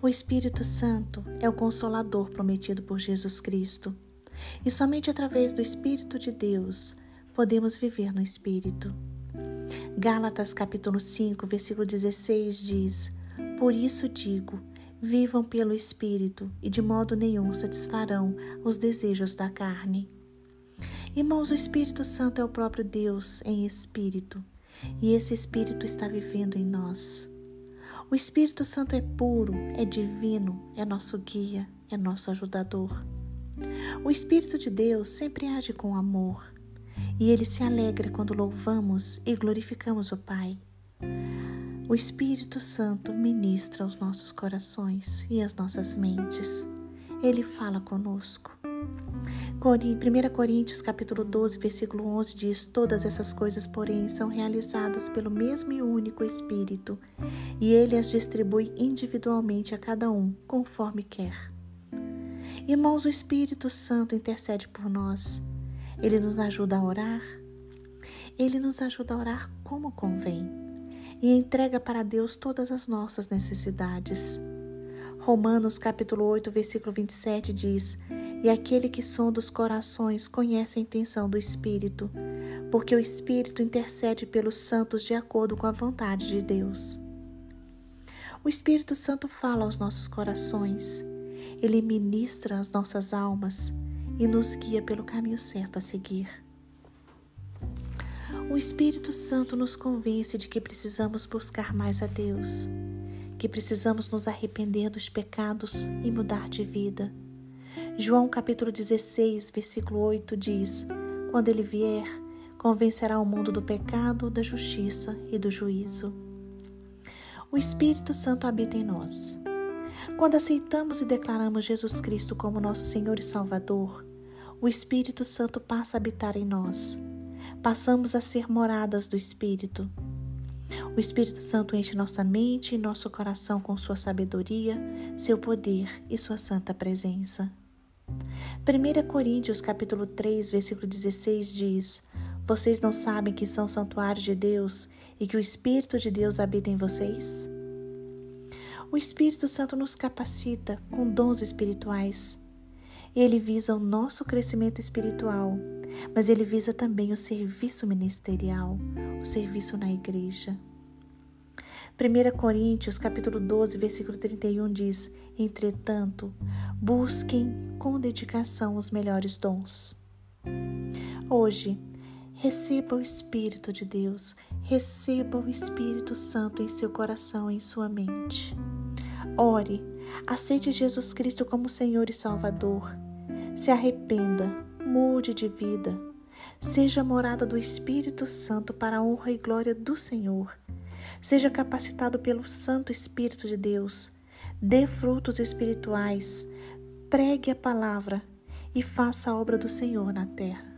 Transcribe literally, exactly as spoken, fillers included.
O Espírito Santo é o Consolador prometido por Jesus Cristo. E somente através do Espírito de Deus podemos viver no Espírito. Gálatas capítulo cinco, versículo dezesseis diz: Por isso digo, vivam pelo Espírito e de modo nenhum satisfarão os desejos da carne. Irmãos, o Espírito Santo é o próprio Deus em Espírito, e esse Espírito está vivendo em nós. O Espírito Santo é puro, é divino, é nosso guia, é nosso ajudador. O Espírito de Deus sempre age com amor, e Ele se alegra quando louvamos e glorificamos o Pai. O Espírito Santo ministra aos nossos corações e às nossas mentes. Ele fala conosco. primeira Coríntios capítulo doze, versículo onze diz: Todas essas coisas, porém, são realizadas pelo mesmo e único Espírito, e Ele as distribui individualmente a cada um, conforme quer. Irmãos, o Espírito Santo intercede por nós. Ele nos ajuda a orar. Ele nos ajuda a orar como convém e entrega para Deus todas as nossas necessidades. Romanos capítulo oito, versículo vinte e sete diz: E aquele que sonda os corações conhece a intenção do Espírito, porque o Espírito intercede pelos santos de acordo com a vontade de Deus. O Espírito Santo fala aos nossos corações. Ele ministra as nossas almas e nos guia pelo caminho certo a seguir. O Espírito Santo nos convence de que precisamos buscar mais a Deus, que precisamos nos arrepender dos pecados e mudar de vida. João capítulo dezesseis, versículo oito diz: Quando Ele vier, convencerá o mundo do pecado, da justiça e do juízo. O Espírito Santo habita em nós. Quando aceitamos e declaramos Jesus Cristo como nosso Senhor e Salvador, o Espírito Santo passa a habitar em nós. Passamos a ser moradas do Espírito. O Espírito Santo enche nossa mente e nosso coração com sua sabedoria, seu poder e sua santa presença. primeira Coríntios capítulo três, versículo dezesseis diz: Vocês não sabem que são santuário de Deus e que o Espírito de Deus habita em vocês? O Espírito Santo nos capacita com dons espirituais. Ele visa o nosso crescimento espiritual, mas ele visa também o serviço ministerial, o serviço na igreja. primeira Coríntios capítulo doze, versículo trinta e um diz: Entretanto, busquem com dedicação os melhores dons. Hoje, receba o Espírito de Deus, receba o Espírito Santo em seu coração e em sua mente. Ore, aceite Jesus Cristo como Senhor e Salvador. Se arrependa, mude de vida. Seja morada do Espírito Santo para a honra e glória do Senhor. Seja capacitado pelo Santo Espírito de Deus. Dê frutos espirituais. Pregue a palavra e faça a obra do Senhor na terra.